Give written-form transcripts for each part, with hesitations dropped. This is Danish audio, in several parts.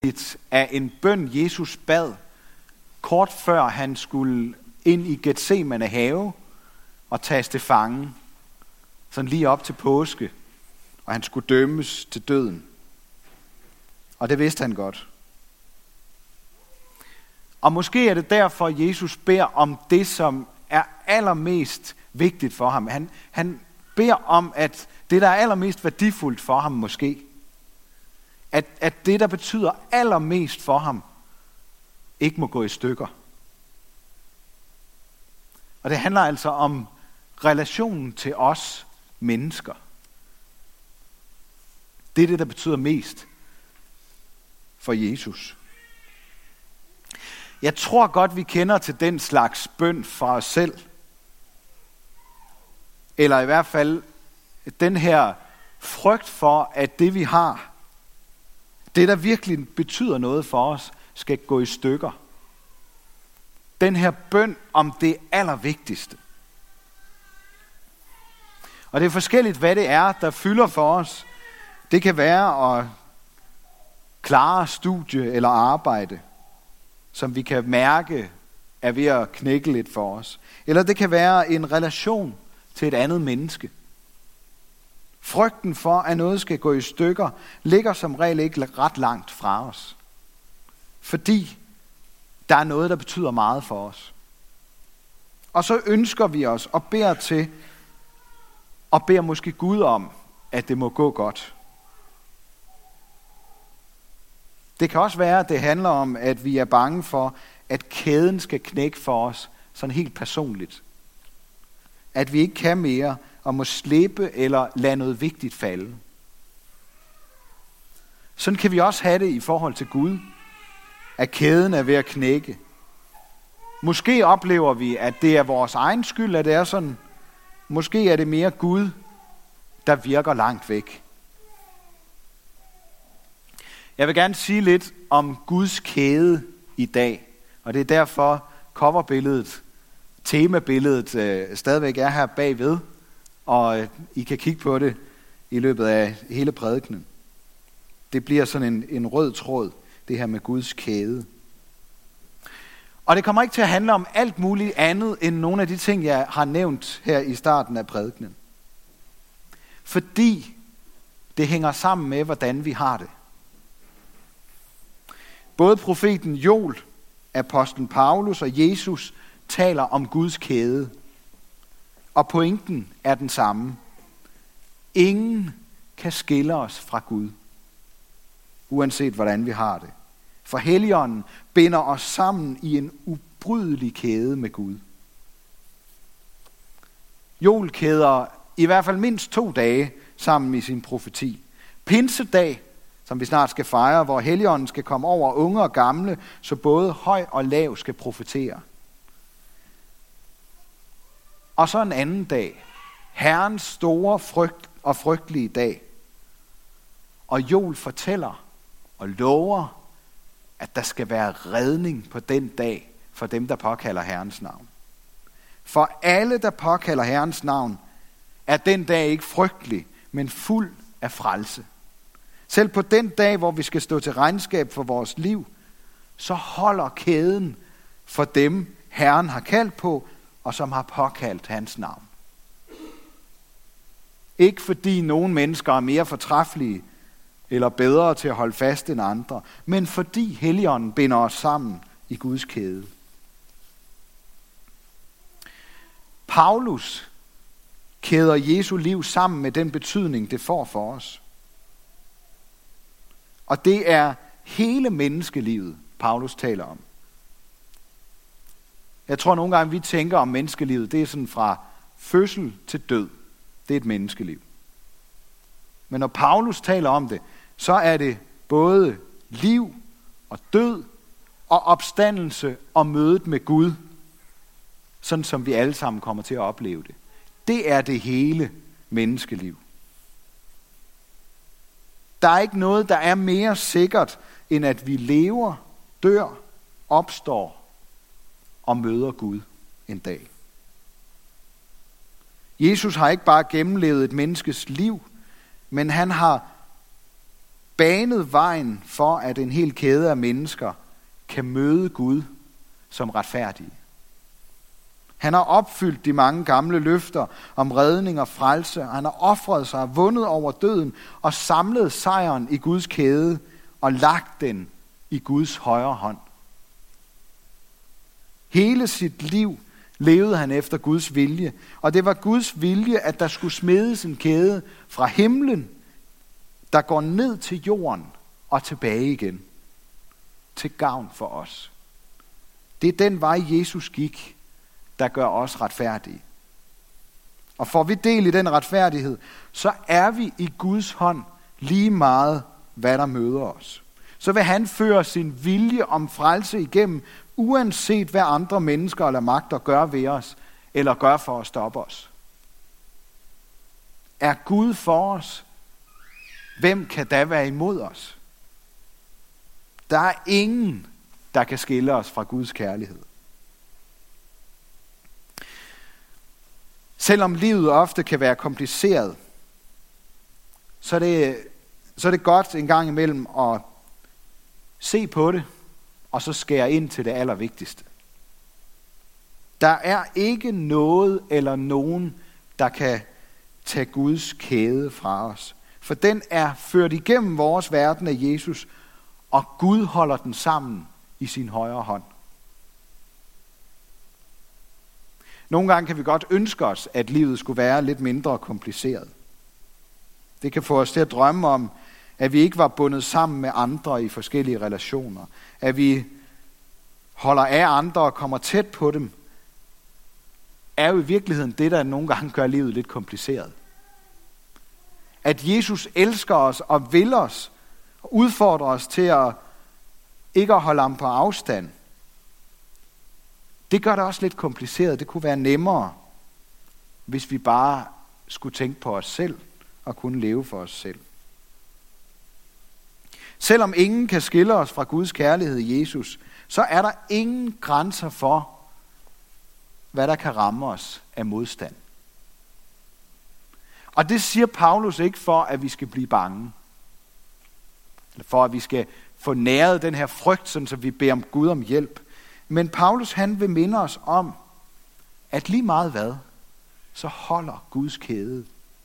vigtigt af en bøn, Jesus bad, kort før han skulle ind i Getsemane have og tages til fange, sådan lige op til påske, og han skulle dømmes til døden. Og det vidste han godt. Og måske er det derfor, Jesus beder om det, som er allermest vigtigt for ham. Han beder om, at det, der er allermest værdifuldt for ham måske, at det, der betyder allermest for ham, ikke må gå i stykker. Og det handler altså om relationen til os mennesker. Det er det, der betyder mest for Jesus. Jeg tror godt, vi kender til den slags bøn fra os selv. Eller i hvert fald den her frygt for, at det vi har, det der virkelig betyder noget for os, skal gå i stykker. Den her bøn om det allervigtigste. Og det er forskelligt, hvad det er, der fylder for os. Det kan være at klare studie eller arbejde, som vi kan mærke er ved at knække lidt for os. Eller det kan være en relation til et andet menneske. Frygten for, at noget skal gå i stykker, ligger som regel ikke ret langt fra os. Fordi der er noget, der betyder meget for os. Og så ønsker vi os og beder til, og beder måske Gud om, at det må gå godt. Det kan også være, at det handler om, at vi er bange for, at kæden skal knække for os, sådan helt personligt. At vi ikke kan mere, og må slippe eller lade noget vigtigt falde. Sådan kan vi også have det i forhold til Gud, at kæden er ved at knække. Måske oplever vi, at det er vores egen skyld, at det er sådan. Måske er det mere Gud, der virker langt væk. Jeg vil gerne sige lidt om Guds kæde i dag, og det er derfor coverbilledet, temabilledet stadigvæk er her bagved, og I kan kigge på det i løbet af hele prædikenen. Det bliver sådan en rød tråd, det her med Guds kæde. Og det kommer ikke til at handle om alt muligt andet, end nogle af de ting, jeg har nævnt her i starten af prædikenen. Fordi det hænger sammen med, hvordan vi har det. Både profeten Joel, apostlen Paulus og Jesus taler om Guds kæde. Og pointen er den samme. Ingen kan skille os fra Gud, uanset hvordan vi har det. For Helligånden binder os sammen i en ubrydelig kæde med Gud. Joel kæder i hvert fald mindst 2 dage sammen i sin profeti. Pinsedag, som vi snart skal fejre, hvor Helligånden skal komme over unge og gamle, så både høj og lav skal profetere. Og så en anden dag, Herrens store frygt og frygtelige dag. Og Joel fortæller og lover, at der skal være redning på den dag for dem, der påkalder Herrens navn. For alle, der påkalder Herrens navn, er den dag ikke frygtelig, men fuld af frelse. Selv på den dag, hvor vi skal stå til regnskab for vores liv, så holder kæden for dem, Herren har kaldt på, og som har påkaldt hans navn. Ikke fordi nogle mennesker er mere fortræffelige eller bedre til at holde fast end andre, men fordi Helligånden binder os sammen i Guds kæde. Paulus kæder Jesu liv sammen med den betydning, det får for os. Og det er hele menneskelivet, Paulus taler om. Jeg tror nogle gange, vi tænker om menneskelivet, det er sådan fra fødsel til død. Det er et menneskeliv. Men når Paulus taler om det, så er det både liv og død og opstandelse og mødet med Gud, sådan som vi alle sammen kommer til at opleve det. Det er det hele menneskeliv. Der er ikke noget, der er mere sikkert, end at vi lever, dør, opstår og møder Gud en dag. Jesus har ikke bare gennemlevet et menneskes liv, men han har banet vejen for, at en hel kæde af mennesker kan møde Gud som retfærdige. Han har opfyldt de mange gamle løfter om redning og frelse. Han har ofret sig, vundet over døden og samlet sejren i Guds kæde og lagt den i Guds højre hånd. Hele sit liv levede han efter Guds vilje, og det var Guds vilje, at der skulle smedes en kæde fra himlen, der går ned til jorden og tilbage igen, til gavn for os. Det er den vej, Jesus gik, der gør os retfærdige. Og får vi del i den retfærdighed, så er vi i Guds hånd lige meget, hvad der møder os. Så vil han føre sin vilje om frelse igennem, uanset hvad andre mennesker eller magter gør ved os, eller gør for at stoppe os. Er Gud for os? Hvem kan da være imod os? Der er ingen, der kan skille os fra Guds kærlighed. Selvom livet ofte kan være kompliceret, så er det godt en gang imellem at se på det, og så skære ind til det allervigtigste. Der er ikke noget eller nogen, der kan tage Guds kæde fra os. For den er ført igennem vores verden af Jesus, og Gud holder den sammen i sin højre hånd. Nogle gange kan vi godt ønske os, at livet skulle være lidt mindre kompliceret. Det kan få os til at drømme om, at vi ikke var bundet sammen med andre i forskellige relationer. At vi holder af andre og kommer tæt på dem, er jo i virkeligheden det, der nogle gange gør livet lidt kompliceret. At Jesus elsker os og vil os, og udfordrer os til at ikke at holde ham på afstand, det gør det også lidt kompliceret. Det kunne være nemmere, hvis vi bare skulle tænke på os selv og kunne leve for os selv. Selvom ingen kan skille os fra Guds kærlighed i Jesus, så er der ingen grænser for, hvad der kan ramme os af modstand. Og det siger Paulus ikke for, at vi skal blive bange. Eller for, at vi skal få næret den her frygt, sådan så vi beder om Gud om hjælp. Men Paulus, han vil minde os om, at lige meget hvad, så holder Guds kæde.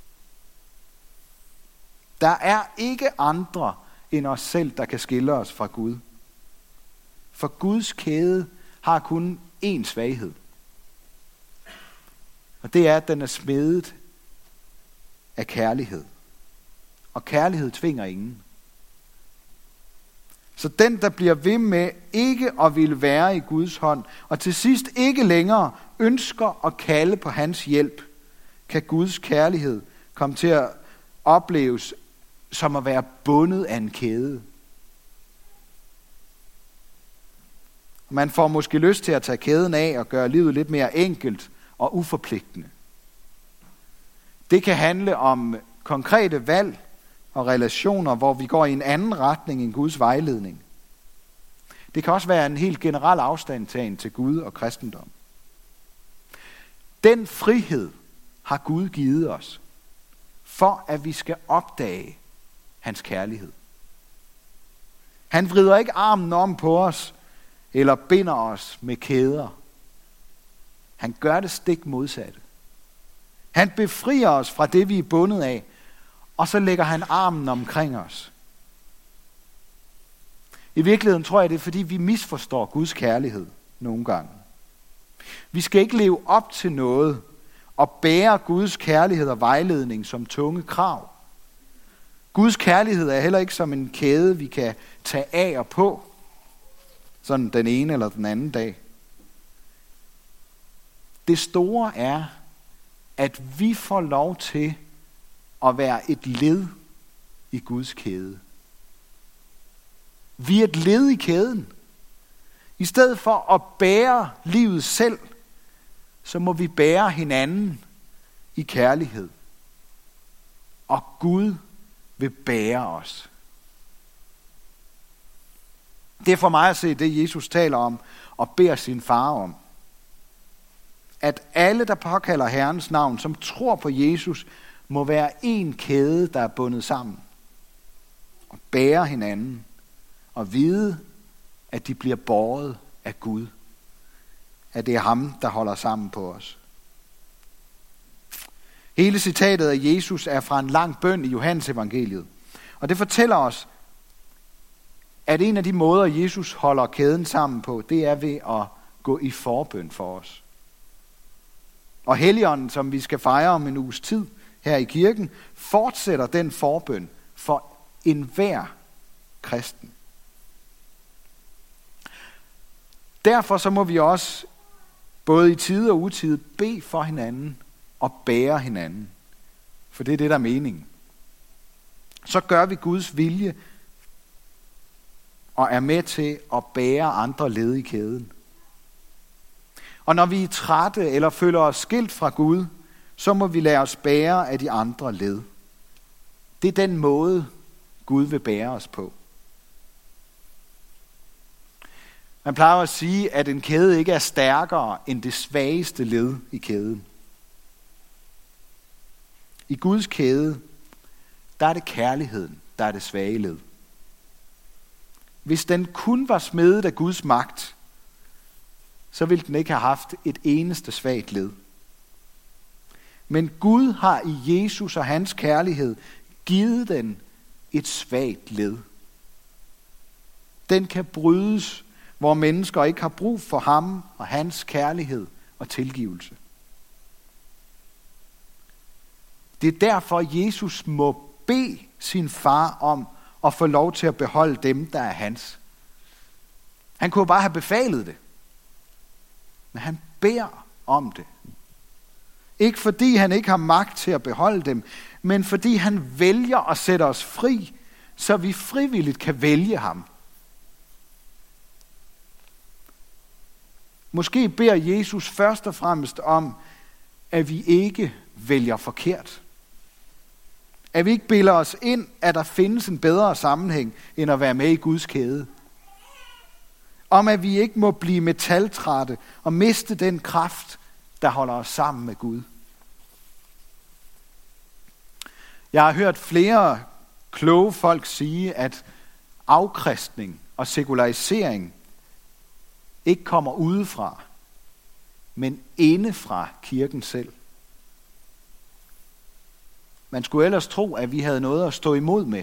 Der er ikke andre end os selv, der kan skille os fra Gud. For Guds kæde har kun én svaghed. Og det er, at den er smedet af kærlighed. Og kærlighed tvinger ingen. Så den, der bliver ved med ikke at ville være i Guds hånd, og til sidst ikke længere ønsker at kalde på hans hjælp, kan Guds kærlighed komme til at opleves som at være bundet af en kæde. Man får måske lyst til at tage kæden af og gøre livet lidt mere enkelt og uforpligtende. Det kan handle om konkrete valg og relationer, hvor vi går i en anden retning end Guds vejledning. Det kan også være en helt generel afstandtagen til Gud og kristendom. Den frihed har Gud givet os, for at vi skal opdage hans kærlighed. Han vrider ikke armen om på os, eller binder os med kæder. Han gør det stik modsatte. Han befrier os fra det, vi er bundet af, og så lægger han armen omkring os. I virkeligheden tror jeg, det er fordi, vi misforstår Guds kærlighed nogle gange. Vi skal ikke leve op til noget og bære Guds kærlighed og vejledning som tunge krav. Guds kærlighed er heller ikke som en kæde, vi kan tage af og på, sådan den ene eller den anden dag. Det store er, at vi får lov til at være et led i Guds kæde. Vi er et led i kæden. I stedet for at bære livet selv, så må vi bære hinanden i kærlighed. Og Gud vil bære os. Det er for mig at se det, Jesus taler om og beder sin far om. At alle, der påkalder Herrens navn, som tror på Jesus, må være en kæde, der er bundet sammen. og bære hinanden og vide, at de bliver båret af Gud. At det er ham, der holder sammen på os. Hele citatet af Jesus er fra en lang bøn i Johannes evangeliet. Og det fortæller os, at en af de måder, Jesus holder kæden sammen på, det er ved at gå i forbøn for os. Og Helligånden, som vi skal fejre om en uges tid her i kirken, fortsætter den forbøn for enhver kristen. Derfor så må vi også både i tide og utide bede for hinanden og bære hinanden. For det er det, der er meningen. Så gør vi Guds vilje og er med til at bære andre led i kæden. Og når vi er trætte eller føler os skilt fra Gud, så må vi lade os bære af de andre led. Det er den måde, Gud vil bære os på. Man plejer at sige, at en kæde ikke er stærkere end det svageste led i kæden. I Guds kæde, der er det kærligheden, der er det svage led. Hvis den kun var smedet af Guds magt, så ville den ikke have haft et eneste svagt led. Men Gud har i Jesus og hans kærlighed givet den et svagt led. Den kan brydes, hvor mennesker ikke har brug for ham og hans kærlighed og tilgivelse. Det er derfor, Jesus må bede sin far om at få lov til at beholde dem, der er hans. Han kunne bare have befalet det. Men han beder om det. Ikke fordi han ikke har magt til at beholde dem, men fordi han vælger at sætte os fri, så vi frivilligt kan vælge ham. Måske beder Jesus først og fremmest om, at vi ikke vælger forkert. At vi ikke bilder os ind, at der findes en bedre sammenhæng, end at være med i Guds kæde. Om at vi ikke må blive metaltrætte og miste den kraft, der holder os sammen med Gud. Jeg har hørt flere kloge folk sige, at afkristning og sekularisering ikke kommer udefra, men inde fra kirken selv. Man skulle ellers tro, at vi havde noget at stå imod med.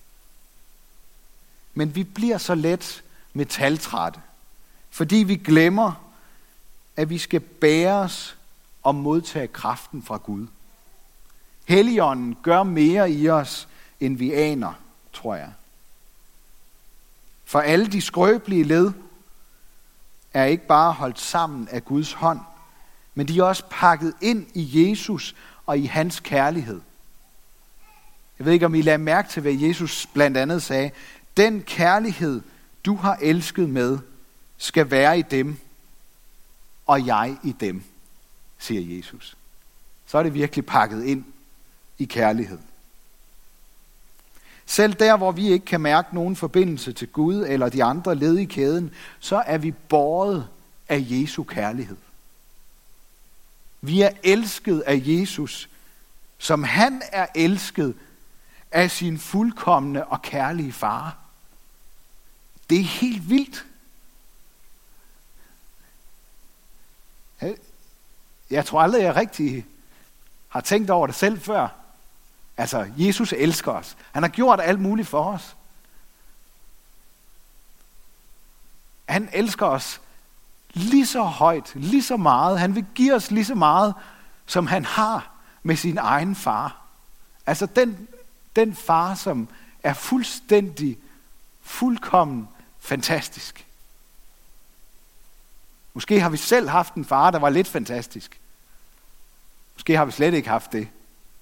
Men vi bliver så let metaltrætte, fordi vi glemmer, at vi skal bæres og modtage kraften fra Gud. Helligånden gør mere i os, end vi aner, tror jeg. For alle de skrøbelige led er ikke bare holdt sammen af Guds hånd, men de er også pakket ind i Jesus og i hans kærlighed. Jeg ved ikke, om I lader mærke til, hvad Jesus blandt andet sagde. Den kærlighed, du har elsket med, skal være i dem, og jeg i dem, siger Jesus. Så er det virkelig pakket ind i kærlighed. Selv der, hvor vi ikke kan mærke nogen forbindelse til Gud eller de andre led i kæden, så er vi båret af Jesu kærlighed. Vi er elsket af Jesus, som han er elsket af sin fuldkomne og kærlige far. Det er helt vildt. Jeg tror aldrig, jeg rigtig har tænkt over det selv før. Altså, Jesus elsker os. Han har gjort alt muligt for os. Han elsker os lige så højt, lige så meget. Han vil give os lige så meget, som han har med sin egen far. Altså den far, som er fuldkommen fantastisk. Måske har vi selv haft en far, der var lidt fantastisk. Måske har vi slet ikke haft det.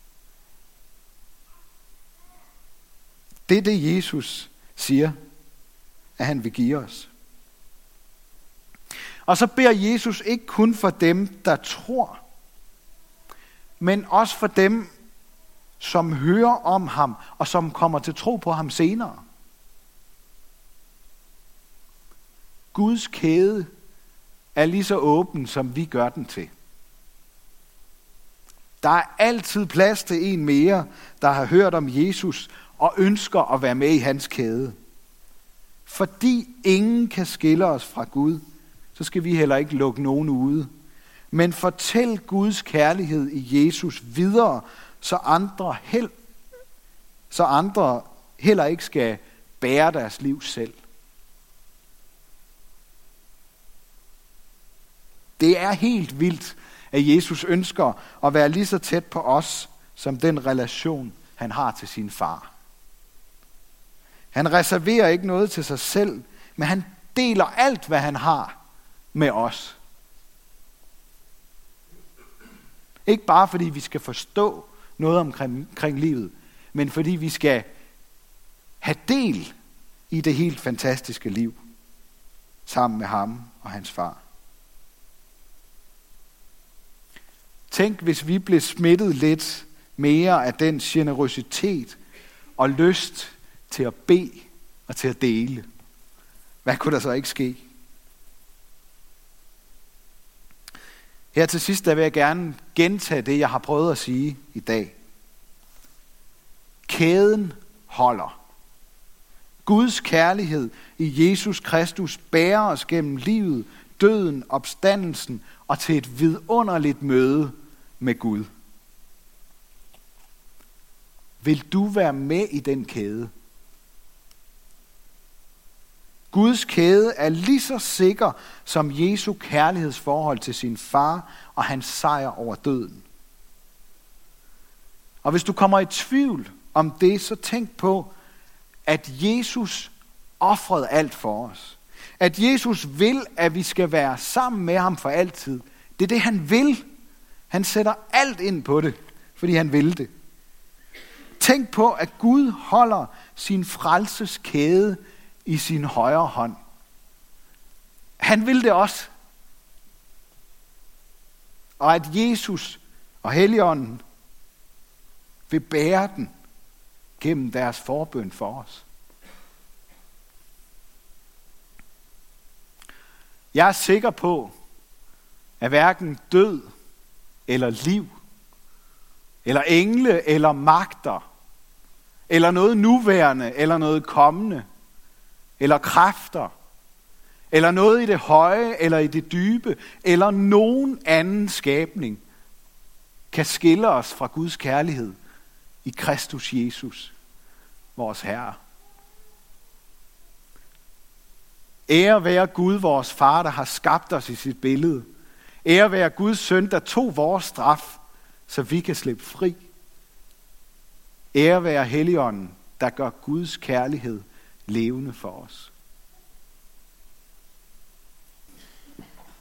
Det er det, Jesus siger, at han vil give os. Og så beder Jesus ikke kun for dem, der tror, men også for dem, som hører om ham, og som kommer til tro på ham senere. Guds kæde er lige så åben, som vi gør den til. Der er altid plads til en mere, der har hørt om Jesus og ønsker at være med i hans kæde. Fordi ingen kan skille os fra Gud, så skal vi heller ikke lukke nogen ude. Men fortæl Guds kærlighed i Jesus videre, så andre heller ikke skal bære deres liv selv. Det er helt vildt, at Jesus ønsker at være lige så tæt på os, som den relation, han har til sin far. Han reserverer ikke noget til sig selv, men han deler alt, hvad han har med os. Ikke bare fordi vi skal forstå noget omkring livet, men fordi vi skal have del i det helt fantastiske liv, sammen med ham og hans far. Tænk, hvis vi blev smittet lidt mere af den generøsitet og lyst til at bede og til at dele. Hvad kunne der så ikke ske? Her til sidst der vil jeg gerne gentage det, jeg har prøvet at sige i dag. Kæden holder. Guds kærlighed i Jesus Kristus bærer os gennem livet, døden, opstandelsen og til et vidunderligt møde med Gud. Vil du være med i den kæde? Guds kæde er lige så sikker som Jesu kærlighedsforhold til sin far og hans sejr over døden. Og hvis du kommer i tvivl om det, så tænk på, at Jesus ofrede alt for os. At Jesus vil, at vi skal være sammen med ham for altid. Det er det, han vil. Han sætter alt ind på det, fordi han vil det. Tænk på, at Gud holder sin frelses kæde i sin højre hånd. Han vil det også. Og at Jesus og Helligånden vil bære den gennem deres forbøn for os. Jeg er sikker på, at hverken død eller liv, eller engle eller magter, eller noget nuværende eller noget kommende, eller kræfter, eller noget i det høje eller i det dybe, eller nogen anden skabning, kan skille os fra Guds kærlighed i Kristus Jesus, vores Herre. Ære være Gud, vores far, der har skabt os i sit billede. Ære være Guds søn, der tog vores straf, så vi kan slippe fri. Ære være Helligånden, der gør Guds kærlighed levende for os.